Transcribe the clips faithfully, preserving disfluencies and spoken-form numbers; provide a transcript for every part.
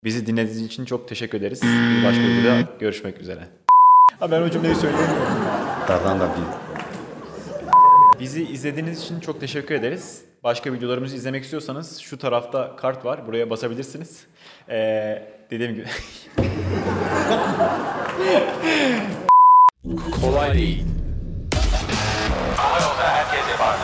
Bizi dinlediğiniz için çok teşekkür ederiz. Bir başka videoda görüşmek üzere. Ha ben o cümleyi söyleyemiyorum. Dardan da bir. Bizi izlediğiniz için çok teşekkür ederiz. Başka videolarımızı izlemek istiyorsanız şu tarafta kart var. Buraya basabilirsiniz. Ee, dediğim gibi. Kolay değil. Ama yolda herkes yapardı.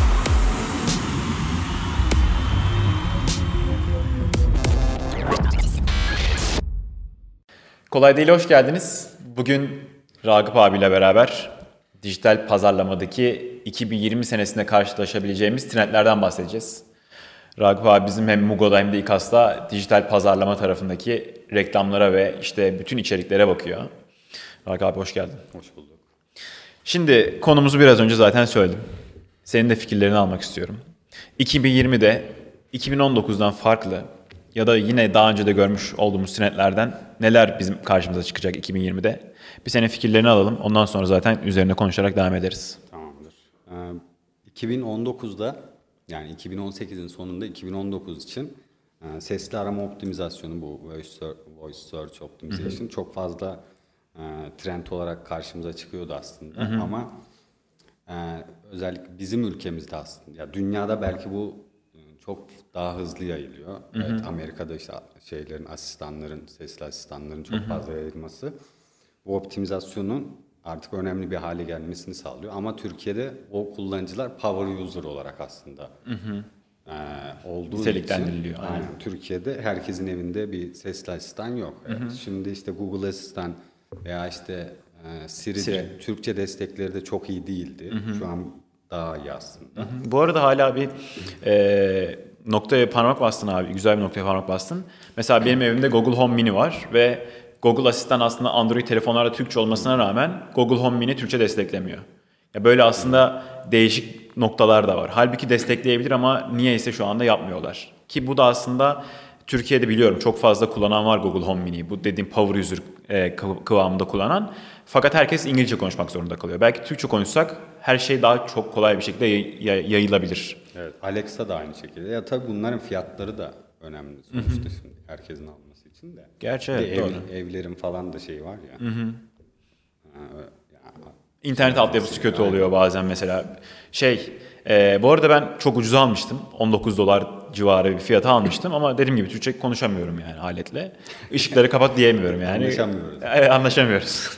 Kolay değil, hoş geldiniz. Bugün Ragıp abiyle beraber dijital pazarlamadaki iki bin yirmi senesinde karşılaşabileceğimiz trendlerden bahsedeceğiz. Ragıp abi bizim hem Mugo'da hem de İKAS'ta dijital pazarlama tarafındaki reklamlara ve işte bütün içeriklere bakıyor. Ragıp abi hoş geldin. Hoş bulduk. Şimdi konumuzu biraz önce zaten söyledim. Senin de fikirlerini almak istiyorum. iki bin yirmide iki bin on dokuzdan farklı ya da yine daha önce de görmüş olduğumuz trendlerden neler bizim karşımıza çıkacak iki bin yirmide? Bir senin fikirlerini alalım. Ondan sonra zaten üzerine konuşarak devam ederiz. Tamamdır. Ee, iki bin on dokuzda yani iki bin on sekizin sonunda iki bin on dokuz için e, sesli arama optimizasyonu, bu voice search, voice search optimization hı hı. çok fazla e, trend olarak karşımıza çıkıyordu aslında. Hı hı. Ama e, özellikle bizim ülkemizde aslında, ya dünyada belki bu e, çok daha hızlı yayılıyor. Hı hı. Evet, Amerika'da işte şeylerin, asistanların, sesli asistanların çok hı hı. fazla yayılması bu optimizasyonun artık önemli bir hale gelmesini sağlıyor. Ama Türkiye'de o kullanıcılar power user olarak aslında hı hı. E, olduğu niteliklendiriliyor. için aynen. Türkiye'de herkesin evinde bir sesli asistan yok. Hı hı. Evet, şimdi işte Google Asistan veya işte e, Siri'de Siri. Türkçe destekleri de çok iyi değildi. Hı hı. Şu an daha iyi aslında. Hı hı. Bu arada hala bir e, noktaya parmak bastın abi. Güzel bir noktaya parmak bastın. Mesela benim evimde Google Home Mini var ve Google Asistan aslında Android telefonlarda Türkçe olmasına rağmen Google Home Mini Türkçe desteklemiyor. Ya böyle aslında değişik noktalar da var. Halbuki destekleyebilir ama niyeyse şu anda yapmıyorlar. Ki bu da aslında Türkiye'de biliyorum çok fazla kullanan var Google Home Mini'yi. Bu dediğim power user e, kıvamında kullanan. Fakat herkes İngilizce konuşmak zorunda kalıyor. Belki Türkçe konuşsak her şey daha çok kolay bir şekilde yay- yayılabilir. Evet, Alexa da aynı şekilde. Ya tabii bunların fiyatları da önemli sonuçta, şimdi herkesin alması için de. Gerçi bir evet, ev, doğru. evlerin falan da şeyi var ya. Hı hı. İnternet altyapısı kötü oluyor bazen mesela. Şey, e, bu arada ben çok ucuza almıştım. on dokuz dolar civarı bir fiyata almıştım ama dediğim gibi Türkçe konuşamıyorum yani aletle. Işıkları kapat diyemiyorum yani. Anlaşamıyoruz. Evet, anlaşamıyoruz.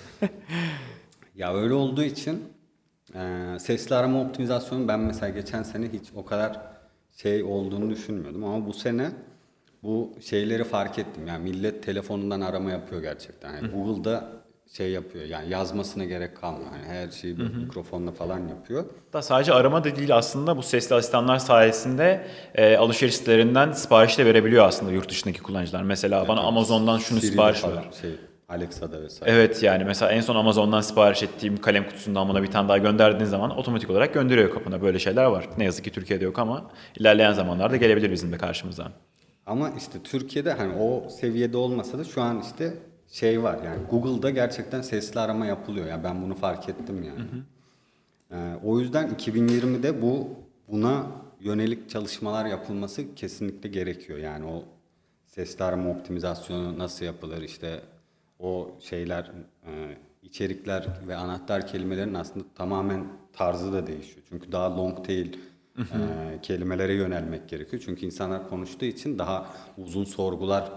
Ya öyle olduğu için e, sesli arama optimizasyonu ben mesela geçen sene hiç o kadar şey olduğunu düşünmüyordum ama bu sene bu şeyleri fark ettim. Yani millet telefonundan arama yapıyor gerçekten. Yani Google'da şey yapıyor, yani yazmasına gerek kalmıyor. Yani her şeyi bir mikrofonla falan yapıyor. Da sadece arama da değil aslında, bu sesli asistanlar sayesinde e, alışveriş sitelerinden sipariş de verebiliyor aslında yurt dışındaki kullanıcılar. Mesela Evet, bana evet. Amazon'dan şunu Siri'de sipariş falan, ver. şey, Alexa'da vesaire. Evet, yani mesela en son Amazon'dan sipariş ettiğim kalem kutusundan bana bir tane daha gönderdiğin zaman otomatik olarak gönderiyor kapına. Böyle şeyler var. Ne yazık ki Türkiye'de yok ama ilerleyen zamanlarda gelebilir bizim de karşımıza. Ama işte Türkiye'de hani o seviyede olmasa da şu an işte şey var, yani Google'da gerçekten sesli arama yapılıyor. Yani ben bunu fark ettim yani. Hı hı. Ee, o yüzden iki bin yirmide bu buna yönelik çalışmalar yapılması kesinlikle gerekiyor. Yani o sesli arama optimizasyonu nasıl yapılır, işte o şeyler, e, içerikler ve anahtar kelimelerin aslında tamamen tarzı da değişiyor. Çünkü daha long tail e, kelimelere yönelmek gerekiyor. Çünkü insanlar konuştuğu için daha uzun sorguları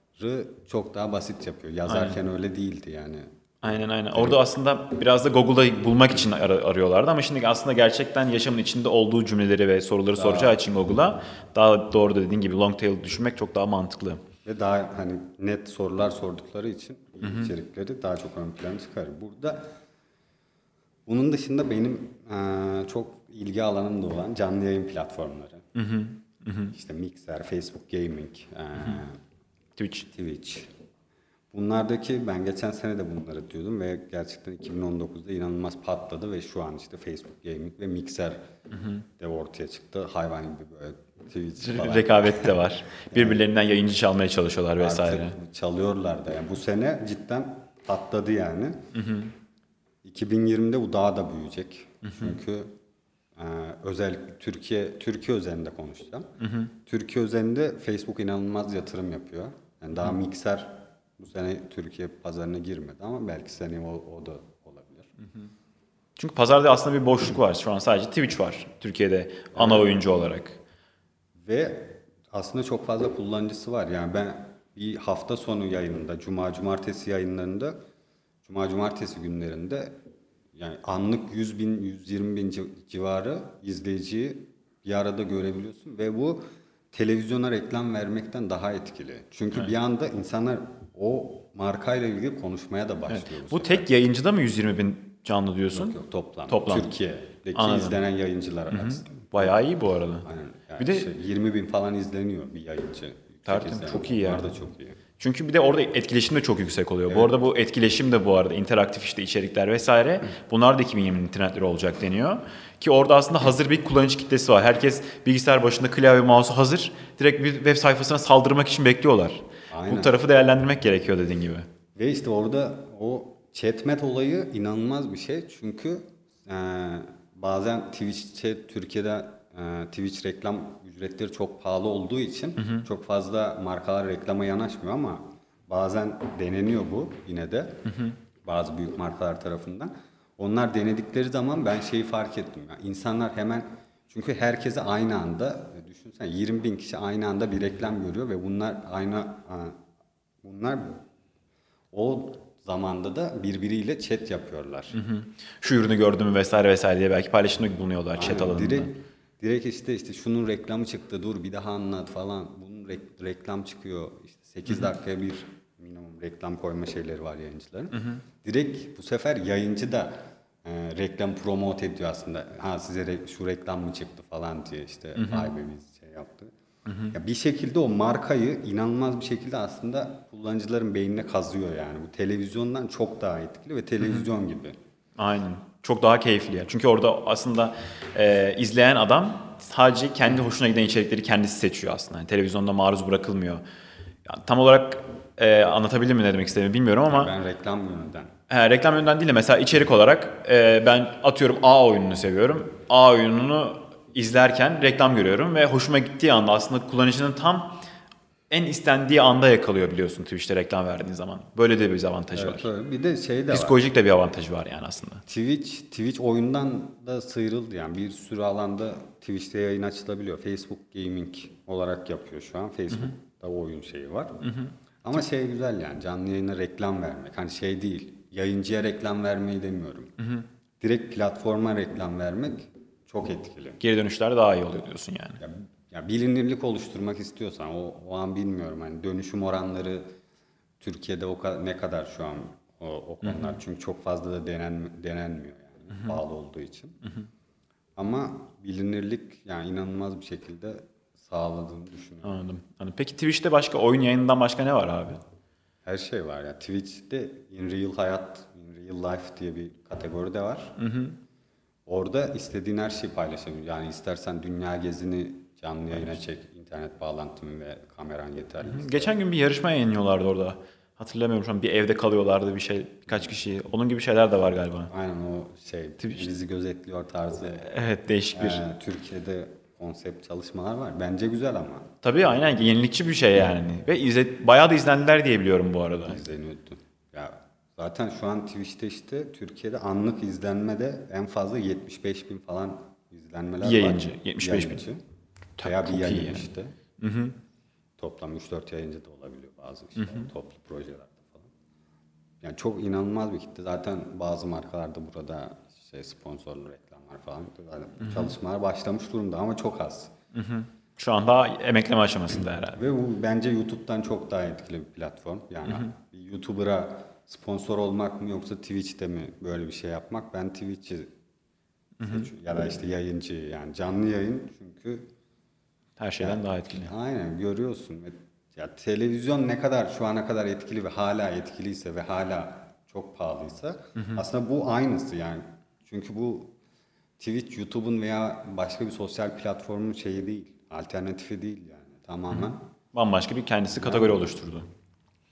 çok daha basit yapıyor. Yazarken aynen öyle değildi yani. Aynen aynen. Orada aslında biraz da Google'da bulmak için ar- arıyorlardı ama şimdi aslında gerçekten yaşamın içinde olduğu cümleleri ve soruları daha soracağı için Google'a daha doğru da dediğin gibi long tail düşünmek çok daha mantıklı. Ve daha hani net sorular sordukları için Hı-hı. içerikleri daha çok ön plana çıkarıyor. Burada bunun dışında benim e, çok ilgi alanım da olan canlı yayın platformları. Hı-hı. Hı-hı. İşte Mixer, Facebook Gaming, e, Twitch. Twitch. Bunlardaki ben geçen sene de bunları diyordum ve gerçekten iki bin on dokuzda inanılmaz patladı ve şu an işte Facebook Gaming ve Mixer Hı-hı. de ortaya çıktı. Hayvan gibi böyle Twitch falan. Rekabet de var. Birbirlerinden yayıncı çalmaya çalışıyorlar vesaire. Artık çalıyorlar da. Yani bu sene cidden patladı yani. Hı hı. iki bin yirmide bu daha da büyüyecek. Hı hı. Çünkü e, özellikle Türkiye Türkiye özelinde konuşacağım. Hı hı. Türkiye özelinde Facebook inanılmaz yatırım yapıyor. Yani daha mikser bu sene Türkiye pazarına girmedi ama belki seneye o, o da olabilir. Çünkü pazarda aslında bir boşluk var. Şu an sadece Twitch var Türkiye'de ana evet. oyuncu olarak. Ve aslında çok fazla kullanıcısı var. Yani ben bir hafta sonu yayınında, cuma cumartesi yayınlarında, cuma cumartesi günlerinde yani anlık yüz bin, yüz yirmi bin civarı izleyiciyi bir arada görebiliyorsun ve bu televizyona reklam vermekten daha etkili. Çünkü evet. bir anda insanlar o markayla ilgili konuşmaya da başlıyor. Evet. Bu, bu tek yayıncıda mı yüz yirmi bin canlı diyorsun? Yok yok toplam. Toplam. Türkiye'deki Anladım. izlenen yayıncılar arasında. Bayağı iyi bu arada. Aynen. Yani bir de işte yirmi bin falan izleniyor bir yayıncı. Tertim, çok iyi yani. Onlar da çok iyi. Çünkü bir de orada etkileşim de çok yüksek oluyor. Evet. Bu arada bu etkileşim de bu arada interaktif işte içerikler vesaire. Bunlar da iki bin yirminin trendleri olacak deniyor. Ki orada aslında hazır bir kullanıcı kitlesi var. Herkes bilgisayar başında klavye mouse'u hazır. Direkt bir web sayfasına saldırmak için bekliyorlar. Aynen. Bu tarafı değerlendirmek gerekiyor dediğin gibi. Ve işte orada o chatmet olayı inanılmaz bir şey. Çünkü e, bazen Twitch'te Türkiye'de e, Twitch reklam ücretleri çok pahalı olduğu için hı hı. çok fazla markalar reklama yanaşmıyor ama bazen deneniyor bu yine de hı hı. bazı büyük markalar tarafından. Onlar denedikleri zaman ben şeyi fark ettim. Yani insanlar hemen çünkü herkese aynı anda düşünsene yirmi bin kişi aynı anda bir reklam görüyor ve bunlar aynı bunlar o zamanda da birbiriyle chat yapıyorlar. Hı hı. Şu ürünü gördüm mü vesaire vesaire diye belki paylaşımda bulunuyorlar aynen, chat alanında. Direkt, direkt işte işte şunun reklamı çıktı dur bir daha anlat falan. Bunun re- reklam çıkıyor. İşte sekiz hı hı. dakikaya bir minimum reklam koyma şeyleri var yayıncıların. Hı hı. Direkt bu sefer yayıncı da e, reklam promote ediyor aslında. Ha size re- şu reklam mı çıktı falan diye işte vay be biz şey yaptı. Hı hı. Ya bir şekilde o markayı inanılmaz bir şekilde aslında kullanıcıların beynine kazıyor yani. Bu televizyondan çok daha etkili ve televizyon hı hı. gibi. Aynen. Çok daha keyifli yani. Çünkü orada aslında e, izleyen adam sadece kendi hoşuna giden içerikleri kendisi seçiyor aslında. Yani televizyonda maruz bırakılmıyor. Yani tam olarak e, anlatabildim mi ne demek istediğimi bilmiyorum ama. Ben reklam yönünden. He, reklam yönünden değil de mesela içerik olarak e, ben atıyorum A oyununu seviyorum. A oyununu izlerken reklam görüyorum ve hoşuma gittiği anda aslında kullanıcının tam en istendiği anda yakalıyor biliyorsun Twitch'te reklam verdiğin zaman. Böyle de bir avantajı evet, var. Öyle. Bir de şey de psikolojik var. de bir avantajı var yani aslında. Twitch Twitch oyundan da sıyrıldı yani bir sürü alanda Twitch'te yayın açılabiliyor. Facebook Gaming olarak yapıyor şu an. Facebook'ta Hı-hı. oyun şeyi var. Hı-hı. Ama şey güzel yani canlı yayına reklam vermek. Hani şey değil. Yayıncıya reklam vermeyi demiyorum. Hı-hı. Direkt platforma reklam vermek çok etkili. Geri dönüşler daha iyi oluyor diyorsun yani. Ya, ya bilinirlik oluşturmak istiyorsan o, o an bilmiyorum hani dönüşüm oranları Türkiye'de o kadar, ne kadar şu an o, o konular hı hı. çünkü çok fazla da denen, denenmiyor yani hı hı. pahalı olduğu için. Hı hı. Ama bilinirlik yani inanılmaz bir şekilde sağladığını düşünüyorum. Anladım. Anladım. Peki Twitch'te başka oyun yayınından başka ne var abi? Her şey var ya. Twitch'te in real hayat, in real life diye bir kategori de var. Hı hı. Orada istediğin her şeyi paylaşabiliyorsun. Yani istersen dünya gezini canlı yayına çek, internet bağlantın ve kameran yeterli. Hı hı. Geçen gün bir yarışma yayınlıyorlardı orada. Hatırlamıyorum şu an bir evde kalıyorlardı bir şey birkaç kişi. Onun gibi şeyler de var galiba. Aynen o şey Twitch. Bizi gözetliyor tarzı. Evet değişik bir. Ee, Türkiye'de konsept çalışmalar var. Bence güzel ama. Tabii aynen yenilikçi bir şey yani. Ve izle, bayağı da izlendiler diye biliyorum bu arada. İzleniyordu. Ya zaten şu an Twitch'te işte Türkiye'de anlık izlenmede en fazla yetmiş beş bin falan izlenmeler bir yayıncı, var. yetmiş beş bin. Veya bir yayın yani. işte. Hı hı. Toplam üç dört yayıncı da olabiliyor bazı işte hı hı. toplu projelerde falan. Yani çok inanılmaz bir kitle. Zaten bazı markalarda burada şey sponsorlu reklamlar falan zaten hı hı. çalışmalar başlamış durumda ama çok az. Hı hı. Şu an daha emekleme aşamasında herhalde. Ve bu bence YouTube'dan çok daha etkili bir platform. Yani hı hı. bir YouTuber'a sponsor olmak mı yoksa Twitch'te mi böyle bir şey yapmak? Ben Twitch'i seçiyorum. Ya da işte yayıncı yani canlı yayın çünkü her şeyden yani, daha etkili. Aynen görüyorsun. Ya televizyon ne kadar şu ana kadar etkili ve hala etkiliyse ve hala çok pahalıysa hı hı. aslında bu aynısı yani. Çünkü bu Twitch, YouTube'un veya başka bir sosyal platformun şeyi değil. Alternatifi değil yani tamamen. Hı hı. Bambaşka bir kendisi kategori yani. oluşturdu.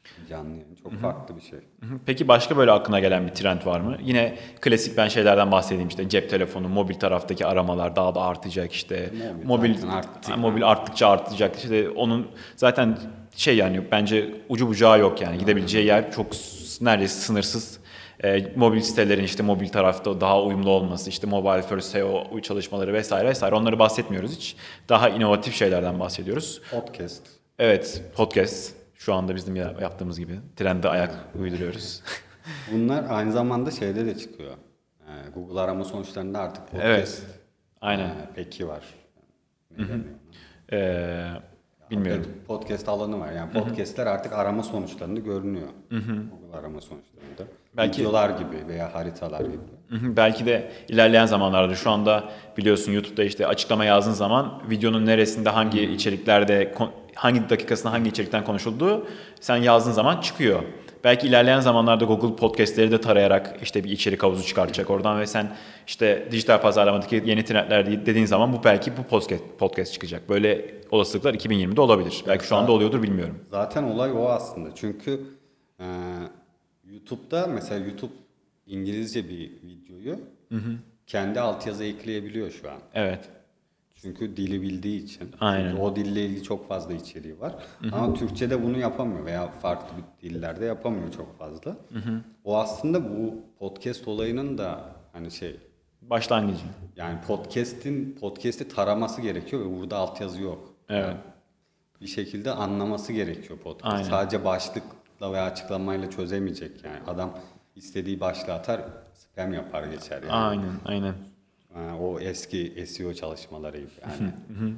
Canlı yayın çok farklı bir şey. Peki başka böyle aklına gelen bir trend var mı? Yine klasik ben şeylerden bahsedeyim, işte cep telefonu, mobil taraftaki aramalar daha da artacak işte. Mobil Mobil zaten arttı. Ha, mobil arttıkça artacak. İşte onun zaten şey yani bence ucu bucağı yok yani. Gidebileceği yer çok s- neredeyse sınırsız. E, mobil sitelerin işte mobil tarafta daha uyumlu olması, işte mobile first S E O çalışmaları vesaire vesaire, onları bahsetmiyoruz hiç. Daha inovatif şeylerden bahsediyoruz. Podcast. Evet, podcast şu anda bizim ya- yaptığımız gibi trende ayak uyduruyoruz. Bunlar aynı zamanda şeyde de çıkıyor. Ee, Google arama sonuçlarında artık podcast Evet, aynen. e, peki var. Ne deniyor ona? Ee, bilmiyorum. Evet, podcast alanı var. Yani podcastler artık arama sonuçlarında görünüyor. Google arama sonuçlarında. Belki- Videolar gibi veya haritalar gibi. Hı hı, belki de ilerleyen zamanlarda, şu anda biliyorsun YouTube'da işte açıklama yazdığın zaman videonun neresinde hangi içeriklerde kon- hangi dakikasında hangi içerikten konuşulduğu sen yazdığın zaman çıkıyor. Belki ilerleyen zamanlarda Google Podcast'leri de tarayarak işte bir içerik havuzu çıkartacak oradan ve sen işte dijital pazarlamadaki yeni trendler dediğin zaman bu belki bu podcast podcast çıkacak. Böyle olasılıklar iki bin yirmide olabilir. Belki şu anda oluyordur, bilmiyorum. Zaten olay o aslında. Çünkü e, YouTube'da mesela YouTube İngilizce bir videoyu kendi altyazı ekleyebiliyor şu an. Evet. Çünkü dili bildiği için. Aynen. Çünkü o dille ilgili çok fazla içeriği var. Ama Türkçe'de bunu yapamıyor veya farklı bir dillerde yapamıyor çok fazla. O aslında bu podcast olayının da hani şey, Başlangıcı. yani podcast'in podcast'i taraması gerekiyor ve burada altyazı yok. Evet. Yani bir şekilde anlaması gerekiyor podcast. Aynen. Sadece başlıkla veya açıklamayla çözemeyecek yani. Adam istediği başlığı atar, spam yapar geçer yani. Aynen, aynen. Ha, o eski S E O çalışmaları gibi yani.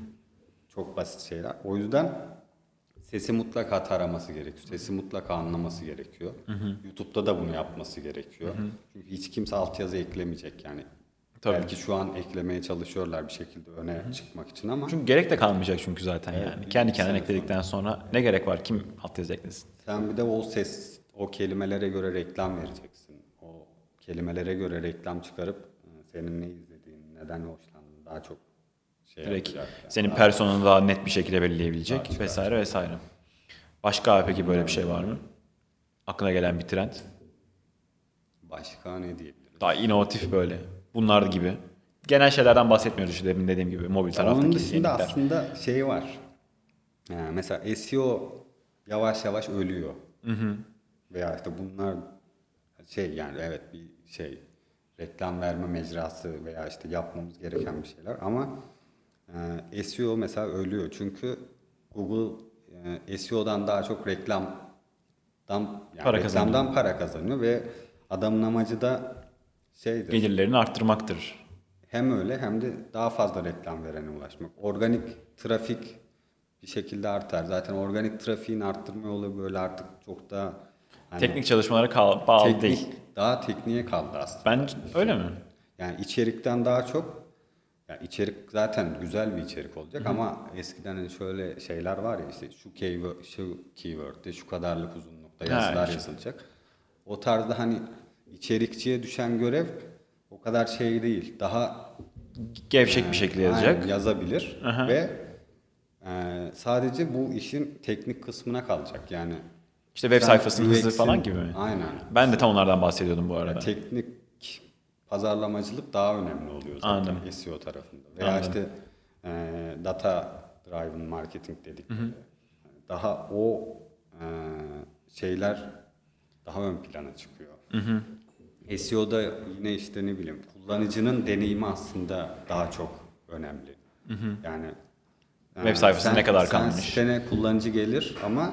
Çok basit şeyler. O yüzden sesi mutlaka taraması gerekiyor. Sesi mutlaka anlaması gerekiyor. YouTube'da da bunu yapması gerekiyor. Çünkü hiç kimse altyazı eklemeyecek yani. Tabii. Belki şu an eklemeye çalışıyorlar bir şekilde öne çıkmak için ama Çünkü gerek de kalmayacak çünkü zaten yani. bir Kendi iki kendine sene ekledikten sonra ne gerek var? Kim altyazı eklesin? sen bir de o ses, o kelimelere göre reklam vereceksin. O kelimelere göre reklam çıkarıp e, senin ne izlediğin, neden hoşlandığın daha çok şey Direkt yapacak. yani. senin Daha- personanı daha net bir şekilde belirleyebilecek Daha çıkar. vesaire vesaire. Başka abi peki böyle bir şey var mı? Aklına gelen bir trend. Başka ne diyebiliriz? Daha inovatif böyle. Bunlar gibi. Genel şeylerden bahsetmiyoruz işte demin dediğim gibi mobil taraftaki Onun dışında yenilikler. aslında şey var. Ee, mesela S E O yavaş yavaş ölüyor. Veya işte bunlar şey yani evet bir şey reklam verme mecrası veya işte yapmamız gereken bir şeyler ama e, S E O mesela ölüyor. Çünkü Google e, S E O'dan daha çok reklamdan yani Para reklamdan kazanıyor. para kazanıyor ve adamın amacı da şeydir. Gelirlerini arttırmaktır. Hem öyle hem de daha fazla reklam verene ulaşmak. Organik trafik bir şekilde artar. Zaten organik trafiğin arttırma yolu böyle artık çok daha hani Teknik çalışmalara kal- bağlı teknik, değil. daha tekniğe kaldı aslında. Ben öyle mi? Yani içerikten daha çok yani içerik zaten güzel bir içerik olacak ama eskiden hani şöyle şeyler var ya işte şu keyword, şu keyword'de şu kadarlık uzunlukta Ha, yazılar işte. yazılacak. O tarzda hani içerikçiye düşen görev o kadar şey değil. Daha Gevşek bir şekilde yazacak. aynen, yazabilir Aha. ve e, sadece bu işin teknik kısmına kalacak. Yani İşte web sen sayfasının hızı U X'in falan gibi mi? Aynen. Ben de tam onlardan bahsediyordum bu arada. Teknik pazarlamacılık daha önemli oluyor zaten Anladım. S E O tarafında. Veya Anladım. işte e, data driven marketing dedikleri. Daha o e, şeyler daha ön plana çıkıyor. S E O'da yine işte ne bileyim kullanıcının deneyimi aslında daha çok önemli. Yani e, Web sayfası ne kadar kalmış? Sen sitene kullanıcı gelir ama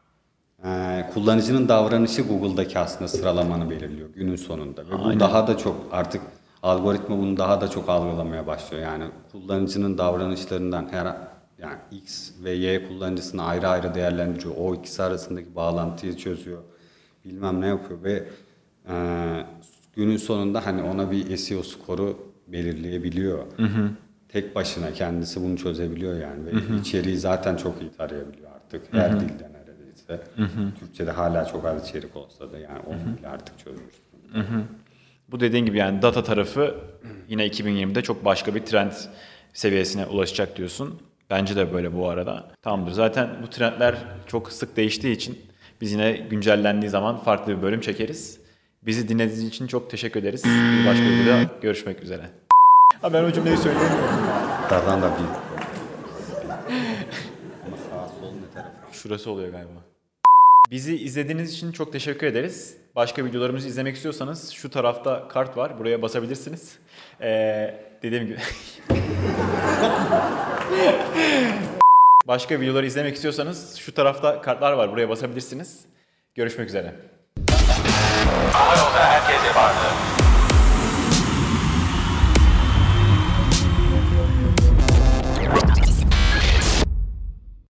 e, kullanıcının davranışı Google'daki aslında sıralamanı belirliyor günün sonunda. Ve bu Aynen. daha da çok artık algoritma bunu daha da çok algılamaya başlıyor. Yani kullanıcının davranışlarından her yani X ve Y kullanıcısını ayrı ayrı değerlendiriyor. O ikisi arasındaki bağlantıyı çözüyor. Bilmem ne yapıyor ve e, günün sonunda hani ona bir S E O skoru belirleyebiliyor. Tek başına kendisi bunu çözebiliyor yani ve içeriği zaten çok iyi tarayabiliyor artık her dilde neredeyse. Türkçe'de hala çok az içerik olsa da yani onu bile artık çözmüş. Bu dediğin gibi yani data tarafı yine iki bin yirmide çok başka bir trend seviyesine ulaşacak diyorsun. Bence de böyle bu arada. Tamamdır. Zaten bu trendler çok sık değiştiği için Biz yine güncellendiği zaman farklı bir bölüm çekeriz. Bizi dinlediğiniz için çok teşekkür ederiz. Bir başka videoda görüşmek üzere. Ha ben o cümleyi söyleyemiyorum. Yukarıdan da bir. Ama sağ sol ne tarafı? Şurası oluyor galiba. Bizi izlediğiniz için çok teşekkür ederiz. Başka videolarımızı izlemek istiyorsanız şu tarafta kart var. Buraya basabilirsiniz. Ee, dediğim gibi. Başka videoları izlemek istiyorsanız şu tarafta kartlar var. Buraya basabilirsiniz. Görüşmek üzere. Hava yolda herkese vardı.